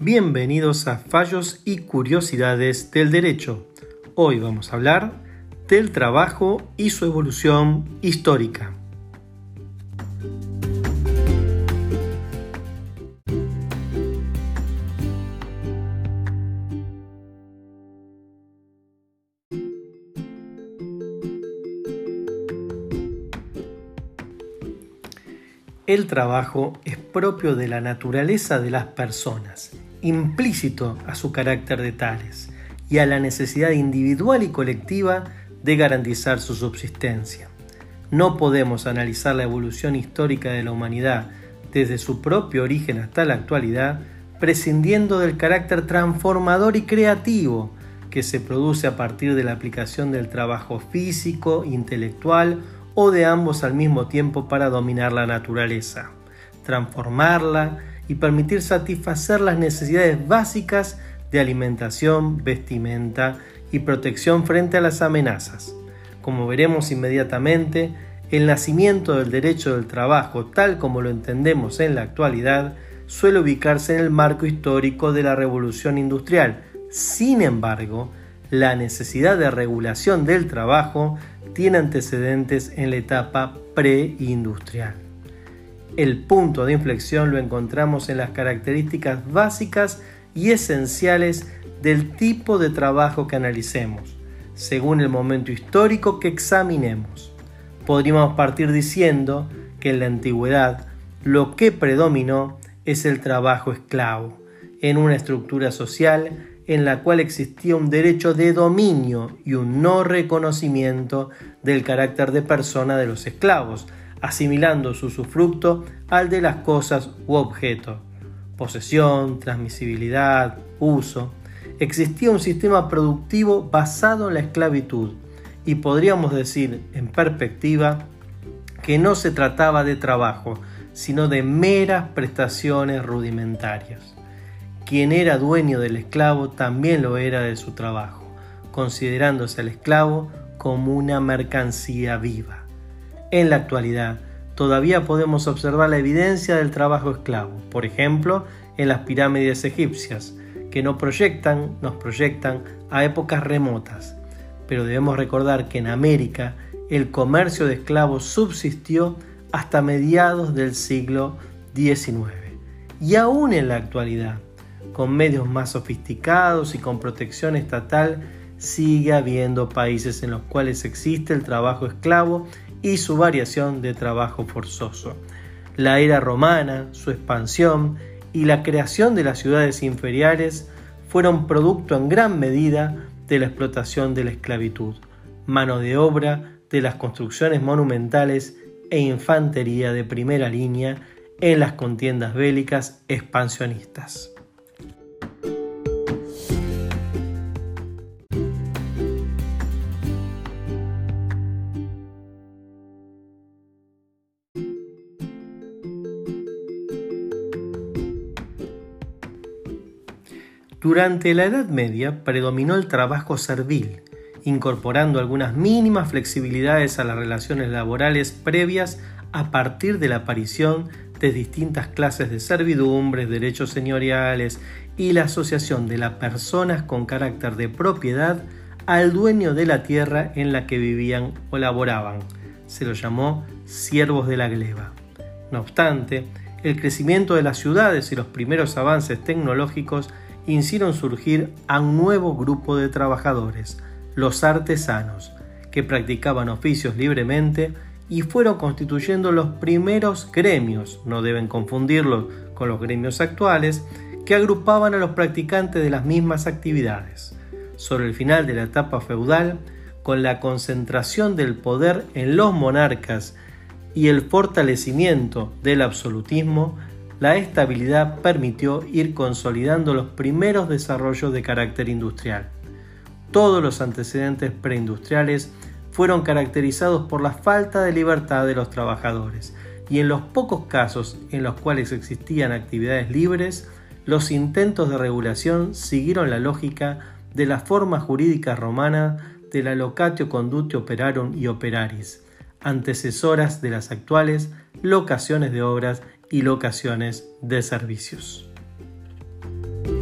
Bienvenidos a Fallos y Curiosidades del Derecho. Hoy vamos a hablar del trabajo y su evolución histórica. El trabajo es propio de la naturaleza de las personas, implícito a su carácter de tales y a la necesidad individual y colectiva de garantizar su subsistencia. No podemos analizar la evolución histórica de la humanidad desde su propio origen hasta la actualidad, prescindiendo del carácter transformador y creativo que se produce a partir de la aplicación del trabajo físico, intelectual o de ambos al mismo tiempo para dominar la naturaleza, transformarla y permitir satisfacer las necesidades básicas de alimentación, vestimenta y protección frente a las amenazas. Como veremos inmediatamente, el nacimiento del derecho del trabajo, tal como lo entendemos en la actualidad, suele ubicarse en el marco histórico de la Revolución Industrial. Sin embargo, la necesidad de regulación del trabajo tiene antecedentes en la etapa preindustrial. El punto de inflexión lo encontramos en las características básicas y esenciales del tipo de trabajo que analicemos, según el momento histórico que examinemos. Podríamos partir diciendo que en la antigüedad lo que predominó es el trabajo esclavo, en una estructura social en la cual existía un derecho de dominio y un no reconocimiento del carácter de persona de los esclavos, asimilando su usufructo al de las cosas u objetos. Posesión, transmisibilidad, uso. Existía un sistema productivo basado en la esclavitud y podríamos decir, en perspectiva, que no se trataba de trabajo, sino de meras prestaciones rudimentarias. Quien era dueño del esclavo también lo era de su trabajo, considerándose al esclavo como una mercancía viva. En la actualidad, todavía podemos observar la evidencia del trabajo esclavo, por ejemplo, en las pirámides egipcias, que nos proyectan a épocas remotas. Pero debemos recordar que en América el comercio de esclavos subsistió hasta mediados del siglo XIX. Y aún en la actualidad, con medios más sofisticados y con protección estatal, sigue habiendo países en los cuales existe el trabajo esclavo y su variación de trabajo forzoso. La era romana, su expansión y la creación de las ciudades imperiales fueron producto en gran medida de la explotación de la esclavitud, mano de obra de las construcciones monumentales e infantería de primera línea en las contiendas bélicas expansionistas. Durante la Edad Media predominó el trabajo servil, incorporando algunas mínimas flexibilidades a las relaciones laborales previas a partir de la aparición de distintas clases de servidumbres, derechos señoriales y la asociación de las personas con carácter de propiedad al dueño de la tierra en la que vivían o laboraban. Se lo llamó siervos de la gleba. No obstante, el crecimiento de las ciudades y los primeros avances tecnológicos hicieron surgir a un nuevo grupo de trabajadores, los artesanos, que practicaban oficios libremente y fueron constituyendo los primeros gremios, no deben confundirlos con los gremios actuales, que agrupaban a los practicantes de las mismas actividades. Sobre el final de la etapa feudal, con la concentración del poder en los monarcas y el fortalecimiento del absolutismo, la estabilidad permitió ir consolidando los primeros desarrollos de carácter industrial. Todos los antecedentes preindustriales fueron caracterizados por la falta de libertad de los trabajadores, y en los pocos casos en los cuales existían actividades libres, los intentos de regulación siguieron la lógica de la forma jurídica romana de la locatio condutio operarum y operaris, antecesoras de las actuales locaciones de obras y locaciones de servicios.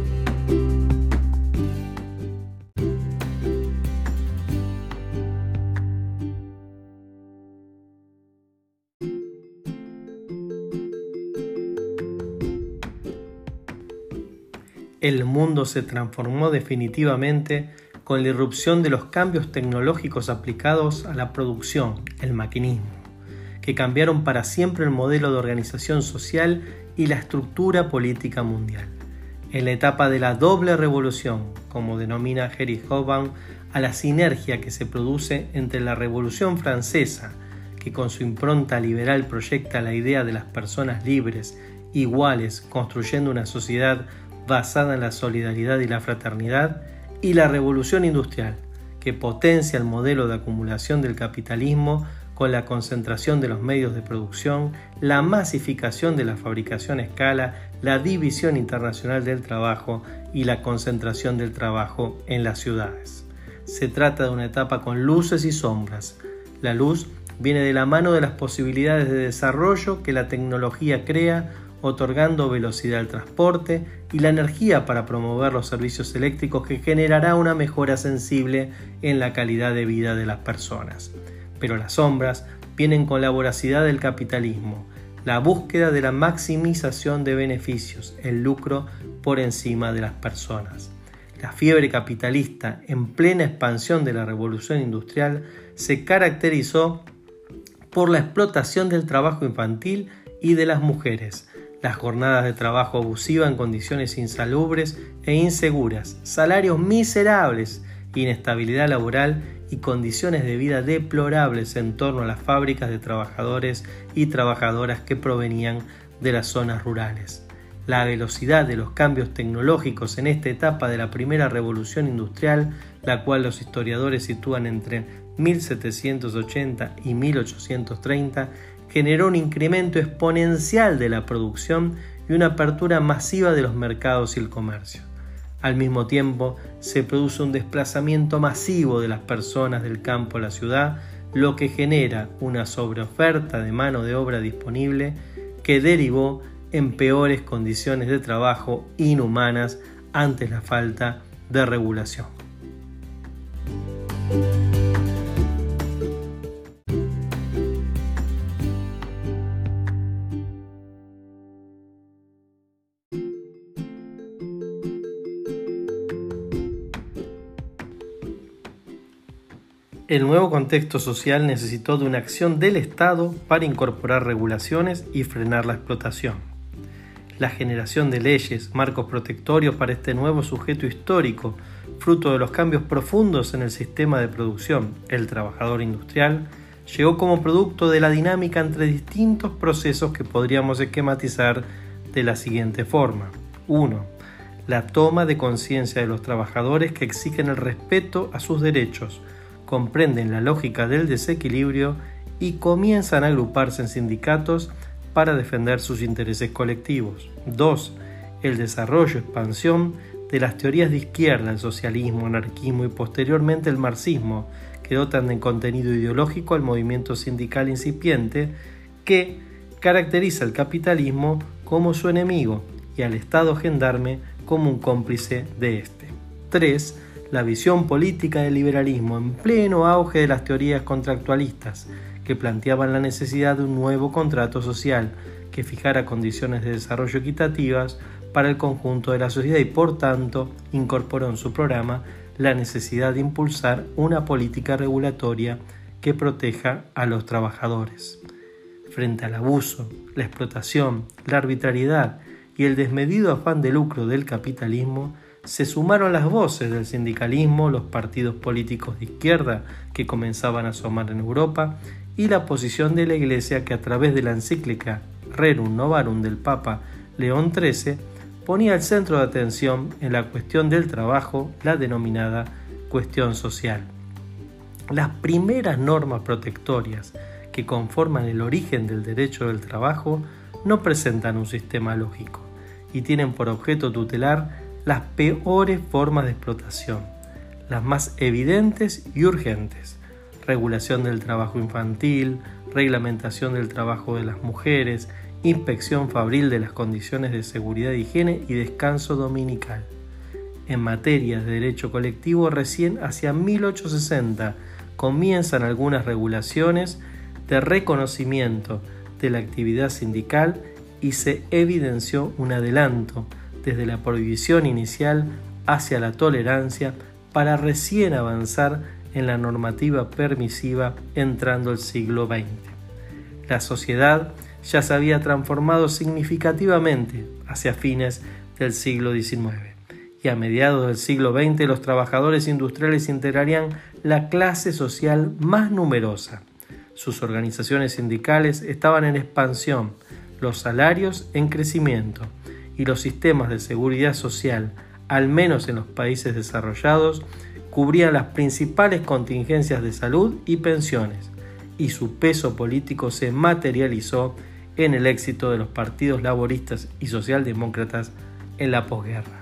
El mundo se transformó definitivamente con la irrupción de los cambios tecnológicos aplicados a la producción, el maquinismo, que cambiaron para siempre el modelo de organización social y la estructura política mundial. En la etapa de la doble revolución, como denomina Eric Hobsbawm, a la sinergia que se produce entre la Revolución Francesa, que con su impronta liberal proyecta la idea de las personas libres, iguales, construyendo una sociedad basada en la solidaridad y la fraternidad, y la Revolución Industrial, que potencia el modelo de acumulación del capitalismo con la concentración de los medios de producción, la masificación de la fabricación a escala, la división internacional del trabajo y la concentración del trabajo en las ciudades. Se trata de una etapa con luces y sombras. La luz viene de la mano de las posibilidades de desarrollo que la tecnología crea, otorgando velocidad al transporte y la energía para promover los servicios eléctricos, que generará una mejora sensible en la calidad de vida de las personas. Pero las sombras vienen con la voracidad del capitalismo, la búsqueda de la maximización de beneficios, el lucro por encima de las personas. La fiebre capitalista, en plena expansión de la revolución industrial, se caracterizó por la explotación del trabajo infantil y de las mujeres, las jornadas de trabajo abusiva en condiciones insalubres e inseguras, salarios miserables, inestabilidad laboral y condiciones de vida deplorables en torno a las fábricas de trabajadores y trabajadoras que provenían de las zonas rurales. La velocidad de los cambios tecnológicos en esta etapa de la primera revolución industrial, la cual los historiadores sitúan entre 1780 y 1830, generó un incremento exponencial de la producción y una apertura masiva de los mercados y el comercio. Al mismo tiempo, se produce un desplazamiento masivo de las personas del campo a la ciudad, lo que genera una sobreoferta de mano de obra disponible que derivó en peores condiciones de trabajo inhumanas ante la falta de regulación. El nuevo contexto social necesitó de una acción del Estado para incorporar regulaciones y frenar la explotación. La generación de leyes, marcos protectorios para este nuevo sujeto histórico, fruto de los cambios profundos en el sistema de producción, el trabajador industrial, llegó como producto de la dinámica entre distintos procesos que podríamos esquematizar de la siguiente forma. 1. La toma de conciencia de los trabajadores que exigen el respeto a sus derechos, comprenden la lógica del desequilibrio y comienzan a agruparse en sindicatos para defender sus intereses colectivos. 2. El desarrollo y expansión de las teorías de izquierda, el socialismo, anarquismo y posteriormente el marxismo, que dotan de contenido ideológico al movimiento sindical incipiente que caracteriza al capitalismo como su enemigo y al Estado gendarme como un cómplice de este. 3. La visión política del liberalismo en pleno auge de las teorías contractualistas que planteaban la necesidad de un nuevo contrato social que fijara condiciones de desarrollo equitativas para el conjunto de la sociedad y por tanto incorporó en su programa la necesidad de impulsar una política regulatoria que proteja a los trabajadores. Frente al abuso, la explotación, la arbitrariedad y el desmedido afán de lucro del capitalismo, se sumaron las voces del sindicalismo, los partidos políticos de izquierda que comenzaban a asomar en Europa y la posición de la Iglesia que a través de la encíclica Rerum Novarum del Papa León XIII ponía el centro de atención en la cuestión del trabajo, la denominada cuestión social. Las primeras normas protectorias que conforman el origen del derecho del trabajo no presentan un sistema lógico y tienen por objeto tutelar las peores formas de explotación, las más evidentes y urgentes: regulación del trabajo infantil, reglamentación del trabajo de las mujeres, inspección fabril de las condiciones de seguridad, higiene y descanso dominical. En materia de derecho colectivo, recién hacia 1860 comienzan algunas regulaciones de reconocimiento de la actividad sindical y se evidenció un adelanto desde la prohibición inicial hacia la tolerancia, para recién avanzar en la normativa permisiva entrando el siglo XX. La sociedad ya se había transformado significativamente hacia fines del siglo XIX, y a mediados del siglo XX los trabajadores industriales integrarían la clase social más numerosa. Sus organizaciones sindicales estaban en expansión, los salarios en crecimiento y los sistemas de seguridad social, al menos en los países desarrollados, cubrían las principales contingencias de salud y pensiones, y su peso político se materializó en el éxito de los partidos laboristas y socialdemócratas en la posguerra.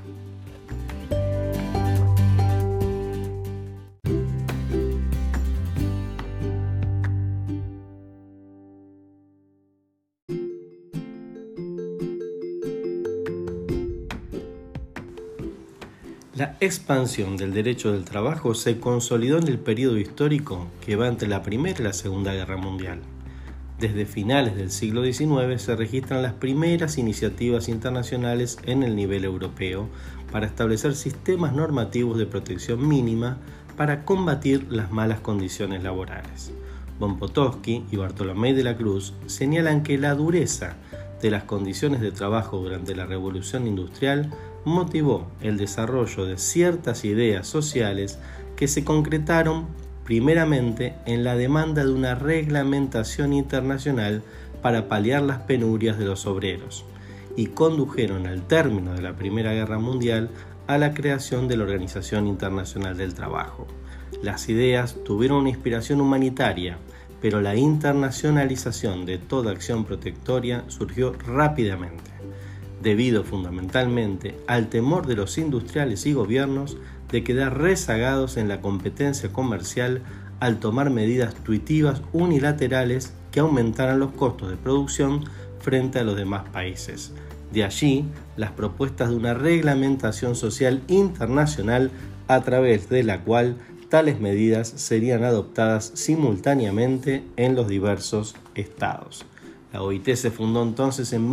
La expansión del derecho del trabajo se consolidó en el periodo histórico que va entre la Primera y la Segunda Guerra Mundial. Desde finales del siglo XIX se registran las primeras iniciativas internacionales en el nivel europeo para establecer sistemas normativos de protección mínima para combatir las malas condiciones laborales. Von Potocki y Bartolomé de la Cruz señalan que la dureza de las condiciones de trabajo durante la Revolución Industrial motivó el desarrollo de ciertas ideas sociales que se concretaron primeramente en la demanda de una reglamentación internacional para paliar las penurias de los obreros, y condujeron al término de la Primera Guerra Mundial a la creación de la Organización Internacional del Trabajo. Las ideas tuvieron una inspiración humanitaria, pero la internacionalización de toda acción protectoria surgió rápidamente, debido fundamentalmente al temor de los industriales y gobiernos de quedar rezagados en la competencia comercial al tomar medidas tuitivas unilaterales que aumentaran los costos de producción frente a los demás países. De allí las propuestas de una reglamentación social internacional a través de la cual tales medidas serían adoptadas simultáneamente en los diversos estados. La OIT se fundó entonces en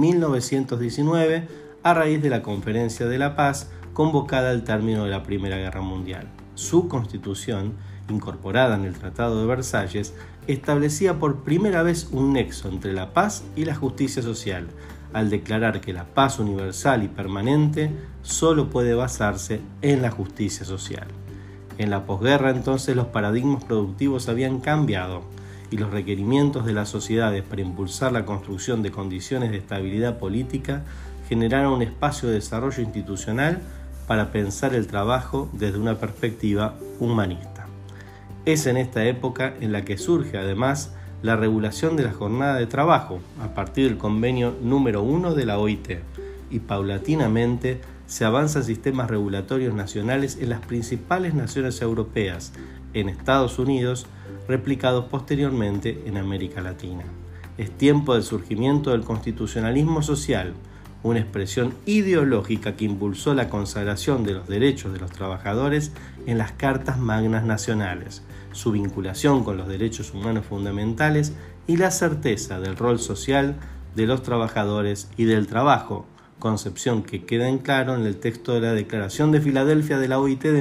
1919 a raíz de la Conferencia de la Paz convocada al término de la Primera Guerra Mundial. Su constitución, incorporada en el Tratado de Versalles, establecía por primera vez un nexo entre la paz y la justicia social, al declarar que la paz universal y permanente solo puede basarse en la justicia social. En la posguerra entonces los paradigmas productivos habían cambiado y los requerimientos de las sociedades para impulsar la construcción de condiciones de estabilidad política generaron un espacio de desarrollo institucional para pensar el trabajo desde una perspectiva humanista. Es en esta época en la que surge además la regulación de la jornada de trabajo a partir del convenio número 1 de la OIT, y paulatinamente se avanzan sistemas regulatorios nacionales en las principales naciones europeas, en Estados Unidos, replicados posteriormente en América Latina. Es tiempo del surgimiento del constitucionalismo social, una expresión ideológica que impulsó la consagración de los derechos de los trabajadores en las Cartas Magnas Nacionales, su vinculación con los derechos humanos fundamentales y la certeza del rol social de los trabajadores y del trabajo, concepción que queda en claro en el texto de la Declaración de Filadelfia de la OIT de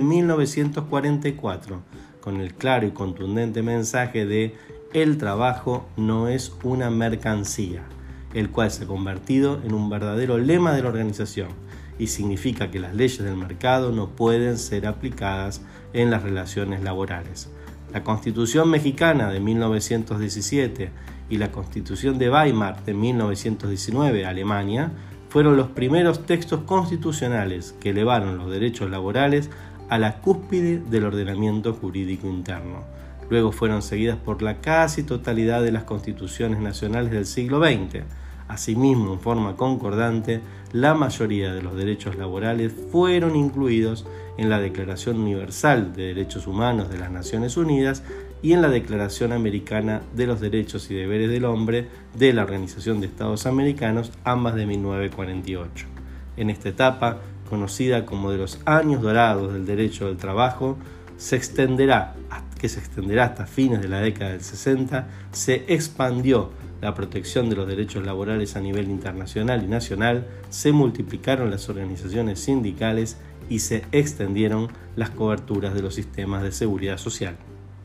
1944, con el claro y contundente mensaje de «El trabajo no es una mercancía», el cual se ha convertido en un verdadero lema de la organización y significa que las leyes del mercado no pueden ser aplicadas en las relaciones laborales. La Constitución mexicana de 1917 y la Constitución de Weimar de 1919, Alemania, fueron los primeros textos constitucionales que elevaron los derechos laborales a la cúspide del ordenamiento jurídico interno. Luego fueron seguidas por la casi totalidad de las constituciones nacionales del siglo XX. Asimismo, en forma concordante, la mayoría de los derechos laborales fueron incluidos en la Declaración Universal de Derechos Humanos de las Naciones Unidas y en la Declaración Americana de los Derechos y Deberes del Hombre de la Organización de Estados Americanos, ambas de 1948. En esta etapa, conocida como de los años dorados del derecho del trabajo, que se extenderá hasta fines de la década del 60, se expandió la protección de los derechos laborales a nivel internacional y nacional, se multiplicaron las organizaciones sindicales y se extendieron las coberturas de los sistemas de seguridad social.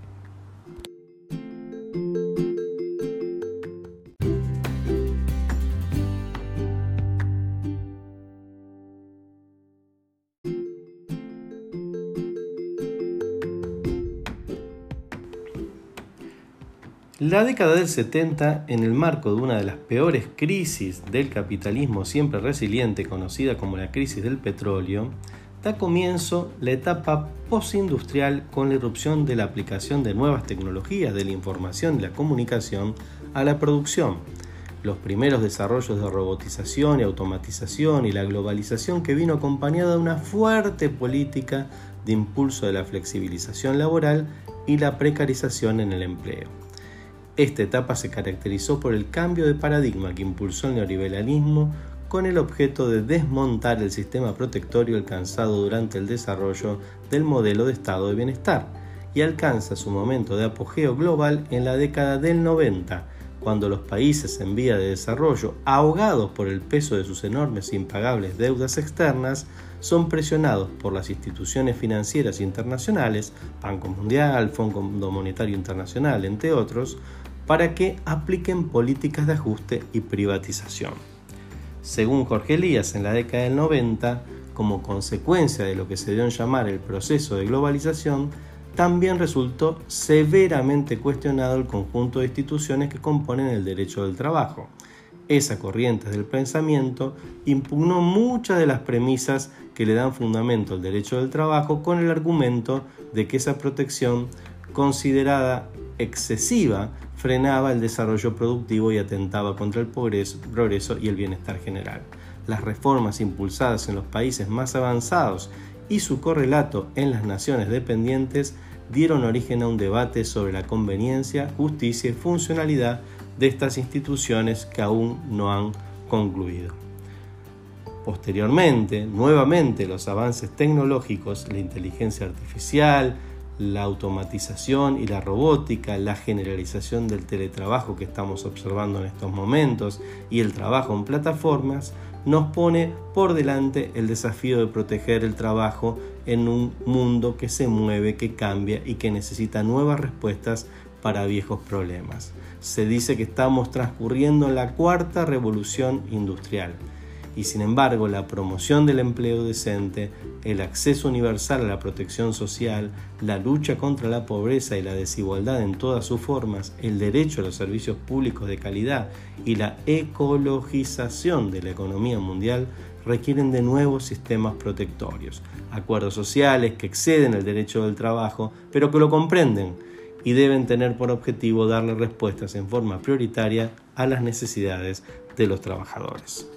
La década del 70, en el marco de una de las peores crisis del capitalismo siempre resiliente, conocida como la crisis del petróleo, da comienzo la etapa postindustrial con la irrupción de la aplicación de nuevas tecnologías de la información y la comunicación a la producción. Los primeros desarrollos de robotización y automatización y la globalización que vino acompañada de una fuerte política de impulso de la flexibilización laboral y la precarización en el empleo. Esta etapa se caracterizó por el cambio de paradigma que impulsó el neoliberalismo con el objeto de desmontar el sistema protectorio alcanzado durante el desarrollo del modelo de estado de bienestar y alcanza su momento de apogeo global en la década del 90, cuando los países en vía de desarrollo, ahogados por el peso de sus enormes e impagables deudas externas, son presionados por las instituciones financieras internacionales, Banco Mundial, Fondo Monetario Internacional, entre otros, para que apliquen políticas de ajuste y privatización. Según Jorge Elías, en la década del 90, como consecuencia de lo que se dio en llamar el proceso de globalización, también resultó severamente cuestionado el conjunto de instituciones que componen el derecho del trabajo. Esa corriente del pensamiento impugnó muchas de las premisas que le dan fundamento al derecho del trabajo con el argumento de que esa protección, considerada excesiva, frenaba el desarrollo productivo y atentaba contra el progreso y el bienestar general. Las reformas impulsadas en los países más avanzados y su correlato en las naciones dependientes dieron origen a un debate sobre la conveniencia, justicia y funcionalidad de estas instituciones que aún no han concluido. Posteriormente, nuevamente los avances tecnológicos, la inteligencia artificial, la automatización y la robótica, la generalización del teletrabajo que estamos observando en estos momentos y el trabajo en plataformas, nos pone por delante el desafío de proteger el trabajo en un mundo que se mueve, que cambia y que necesita nuevas respuestas para viejos problemas. Se dice que estamos transcurriendo la cuarta revolución industrial. Y sin embargo, la promoción del empleo decente, el acceso universal a la protección social, la lucha contra la pobreza y la desigualdad en todas sus formas, el derecho a los servicios públicos de calidad y la ecologización de la economía mundial requieren de nuevos sistemas protectorios, acuerdos sociales que exceden el derecho del trabajo, pero que lo comprenden y deben tener por objetivo darle respuestas en forma prioritaria a las necesidades de los trabajadores.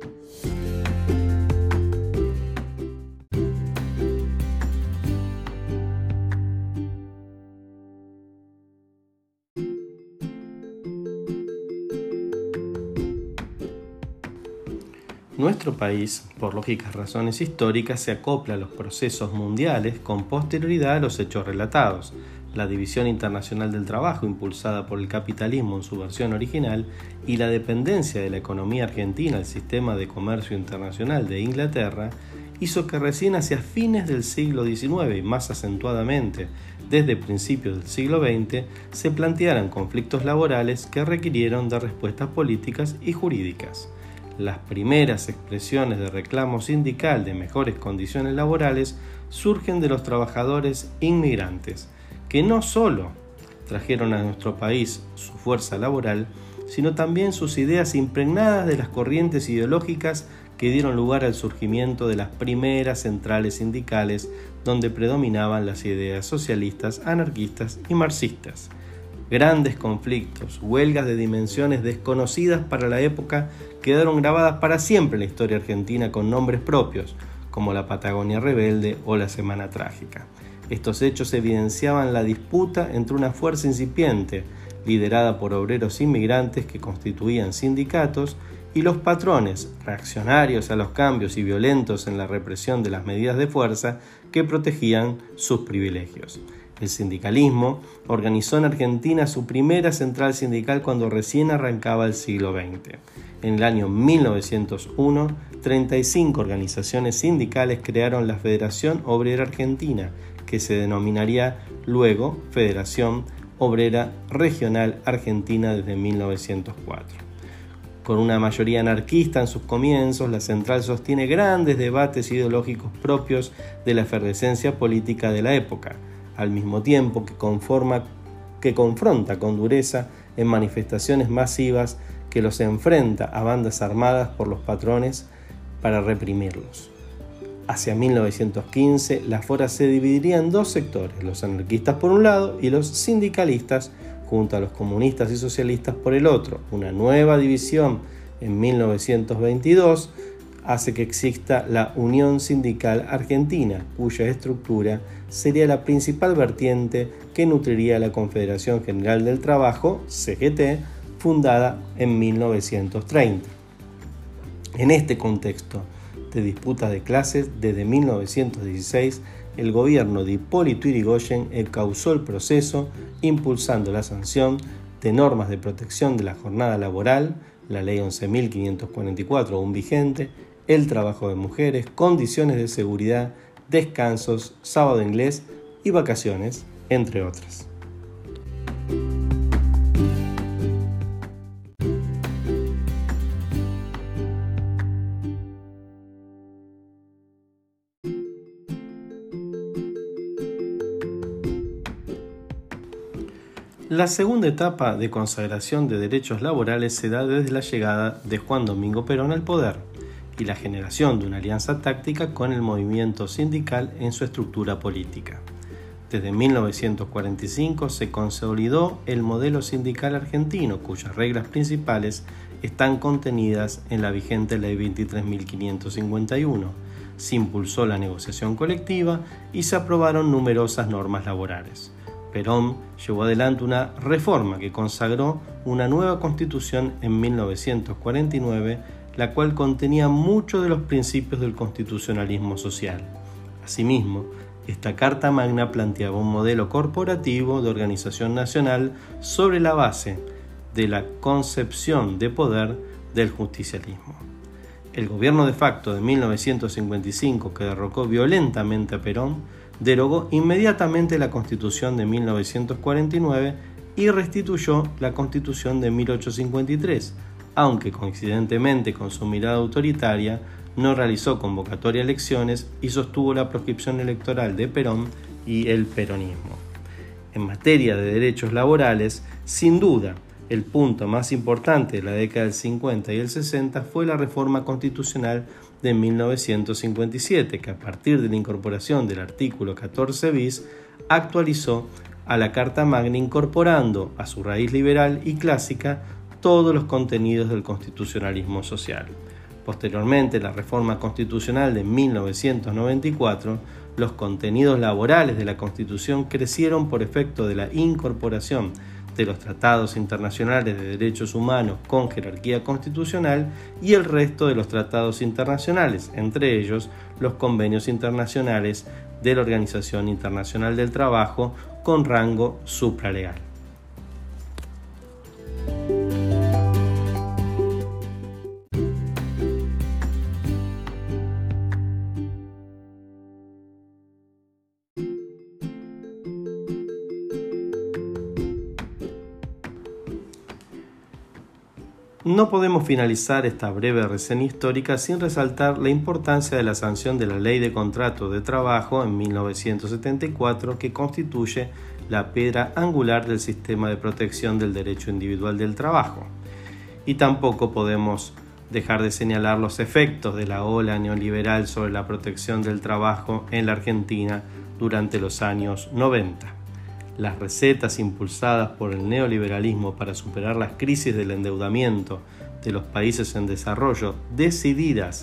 Nuestro país, por lógicas razones históricas, se acopla a los procesos mundiales con posterioridad a los hechos relatados. La División Internacional del Trabajo, impulsada por el capitalismo en su versión original, y la dependencia de la economía argentina al sistema de comercio internacional de Inglaterra, hizo que recién hacia fines del siglo XIX y más acentuadamente desde principios del siglo XX se plantearan conflictos laborales que requirieron de respuestas políticas y jurídicas. Las primeras expresiones de reclamo sindical de mejores condiciones laborales surgen de los trabajadores inmigrantes, que no solo trajeron a nuestro país su fuerza laboral, sino también sus ideas impregnadas de las corrientes ideológicas que dieron lugar al surgimiento de las primeras centrales sindicales, donde predominaban las ideas socialistas, anarquistas y marxistas. Grandes conflictos, huelgas de dimensiones desconocidas para la época, quedaron grabadas para siempre en la historia argentina con nombres propios, como la Patagonia Rebelde o la Semana Trágica. Estos hechos evidenciaban la disputa entre una fuerza incipiente, liderada por obreros inmigrantes que constituían sindicatos, y los patrones, reaccionarios a los cambios y violentos en la represión de las medidas de fuerza que protegían sus privilegios. El sindicalismo organizó en Argentina su primera central sindical cuando recién arrancaba el siglo XX. En el año 1901, 35 organizaciones sindicales crearon la Federación Obrera Argentina, que se denominaría luego Federación Obrera Regional Argentina desde 1904. Con una mayoría anarquista en sus comienzos, la central sostiene grandes debates ideológicos propios de la efervescencia política de la época, al mismo tiempo que confronta con dureza en manifestaciones masivas que los enfrenta a bandas armadas por los patrones para reprimirlos. Hacia 1915, la Fora se dividiría en dos sectores, los anarquistas por un lado y los sindicalistas junto a los comunistas y socialistas por el otro. Una nueva división en 1922 hace que exista la Unión Sindical Argentina, cuya estructura sería la principal vertiente que nutriría la Confederación General del Trabajo, CGT, fundada en 1930. En este contexto de disputa de clases, desde 1916, el gobierno de Hipólito Yrigoyen encauzó el proceso, impulsando la sanción de normas de protección de la jornada laboral, la Ley 11.544 aún vigente, el trabajo de mujeres, condiciones de seguridad, descansos, sábado inglés y vacaciones, entre otras. La segunda etapa de consagración de derechos laborales se da desde la llegada de Juan Domingo Perón al poder y la generación de una alianza táctica con el movimiento sindical en su estructura política. Desde 1945 se consolidó el modelo sindical argentino, cuyas reglas principales están contenidas en la vigente Ley 23.551. Se impulsó la negociación colectiva y se aprobaron numerosas normas laborales. Perón llevó adelante una reforma que consagró una nueva constitución en 1949, la cual contenía muchos de los principios del constitucionalismo social. Asimismo, esta Carta Magna planteaba un modelo corporativo de organización nacional sobre la base de la concepción de poder del justicialismo. El gobierno de facto de 1955, que derrocó violentamente a Perón, derogó inmediatamente la Constitución de 1949 y restituyó la Constitución de 1853, aunque coincidentemente con su mirada autoritaria no realizó convocatoria a elecciones y sostuvo la proscripción electoral de Perón y el peronismo. En materia de derechos laborales, sin duda, el punto más importante de la década del 50 y el 60 fue la reforma constitucional de 1957, que a partir de la incorporación del artículo 14 bis, actualizó a la Carta Magna incorporando a su raíz liberal y clásica todos los contenidos del constitucionalismo social. Posteriormente, la reforma constitucional de 1994, los contenidos laborales de la Constitución crecieron por efecto de la incorporación de los tratados internacionales de derechos humanos con jerarquía constitucional y el resto de los tratados internacionales, entre ellos los convenios internacionales de la Organización Internacional del Trabajo con rango supralegal. No podemos finalizar esta breve reseña histórica sin resaltar la importancia de la sanción de la Ley de Contratos de Trabajo en 1974, que constituye la piedra angular del sistema de protección del derecho individual del trabajo. Y tampoco podemos dejar de señalar los efectos de la ola neoliberal sobre la protección del trabajo en la Argentina durante los años 90. Las recetas impulsadas por el neoliberalismo para superar las crisis del endeudamiento de los países en desarrollo, decididas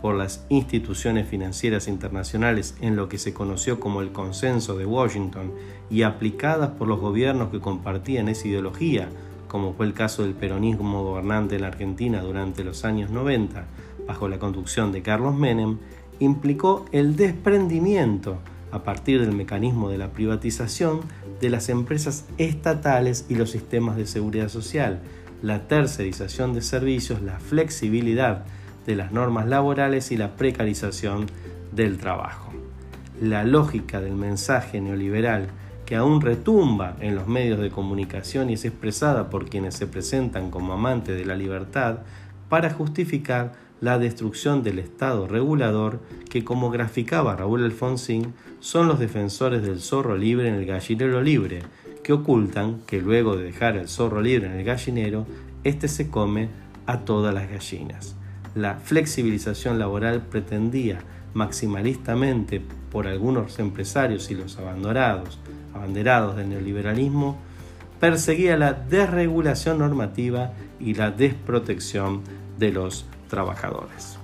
por las instituciones financieras internacionales en lo que se conoció como el Consenso de Washington y aplicadas por los gobiernos que compartían esa ideología, como fue el caso del peronismo gobernante en la Argentina durante los años 90, bajo la conducción de Carlos Menem, implicó el desprendimiento, a partir del mecanismo de la privatización, de las empresas estatales y los sistemas de seguridad social, la tercerización de servicios, la flexibilidad de las normas laborales y la precarización del trabajo. La lógica del mensaje neoliberal, que aún retumba en los medios de comunicación y es expresada por quienes se presentan como amantes de la libertad, para justificar la destrucción del Estado regulador que, como graficaba Raúl Alfonsín, son los defensores del zorro libre en el gallinero libre, que ocultan que luego de dejar el zorro libre en el gallinero, éste se come a todas las gallinas. La flexibilización laboral pretendía maximalistamente por algunos empresarios y los abanderados del neoliberalismo, perseguía la desregulación normativa y la desprotección de los trabajadores.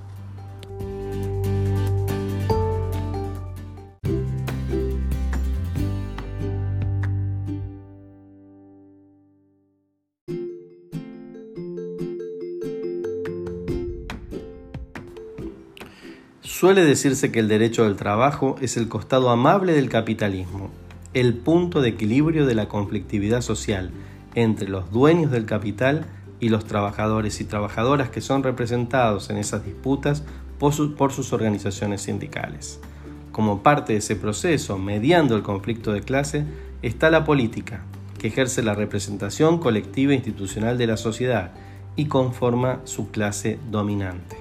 Suele decirse que el derecho del trabajo es el costado amable del capitalismo, el punto de equilibrio de la conflictividad social entre los dueños del capital y los trabajadores y trabajadoras que son representados en esas disputas por sus organizaciones sindicales. Como parte de ese proceso, mediando el conflicto de clase, está la política, que ejerce la representación colectiva e institucional de la sociedad y conforma su clase dominante.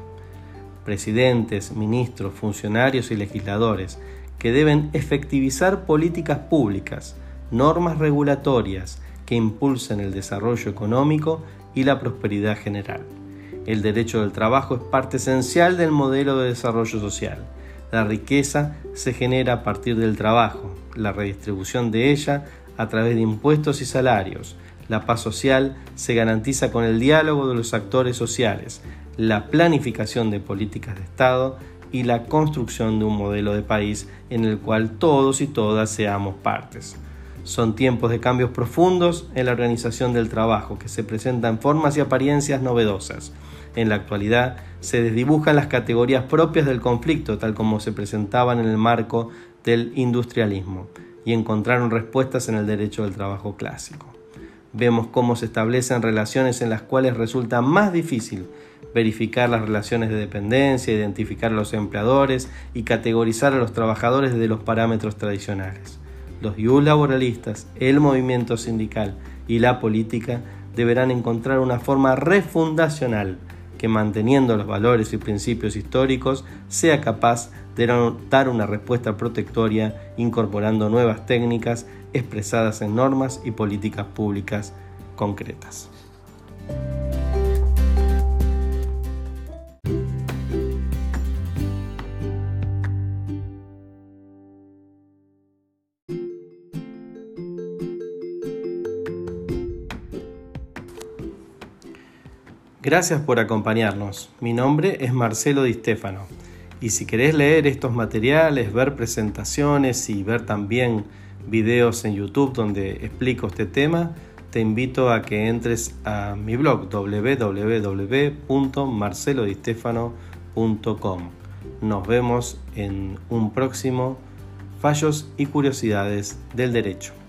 Presidentes, ministros, funcionarios y legisladores que deben efectivizar políticas públicas, normas regulatorias que impulsen el desarrollo económico y la prosperidad general. El derecho del trabajo es parte esencial del modelo de desarrollo social. La riqueza se genera a partir del trabajo, la redistribución de ella a través de impuestos y salarios. La paz social se garantiza con el diálogo de los actores sociales, la planificación de políticas de Estado y la construcción de un modelo de país en el cual todos y todas seamos partes. Son tiempos de cambios profundos en la organización del trabajo que se presentan formas y apariencias novedosas. En la actualidad se desdibujan las categorías propias del conflicto tal como se presentaban en el marco del industrialismo y encontraron respuestas en el derecho del trabajo clásico. Vemos cómo se establecen relaciones en las cuales resulta más difícil verificar las relaciones de dependencia, identificar a los empleadores y categorizar a los trabajadores desde los parámetros tradicionales. Los IUS laboralistas, el movimiento sindical y la política deberán encontrar una forma refundacional que, manteniendo los valores y principios históricos, sea capaz de dar una respuesta protectoria incorporando nuevas técnicas expresadas en normas y políticas públicas concretas. Gracias por acompañarnos. Mi nombre es Marcelo Di Stefano y si querés leer estos materiales, ver presentaciones y ver también videos en YouTube donde explico este tema, te invito a que entres a mi blog www.marcelodistefano.com. Nos vemos en un próximo Fallos y Curiosidades del Derecho.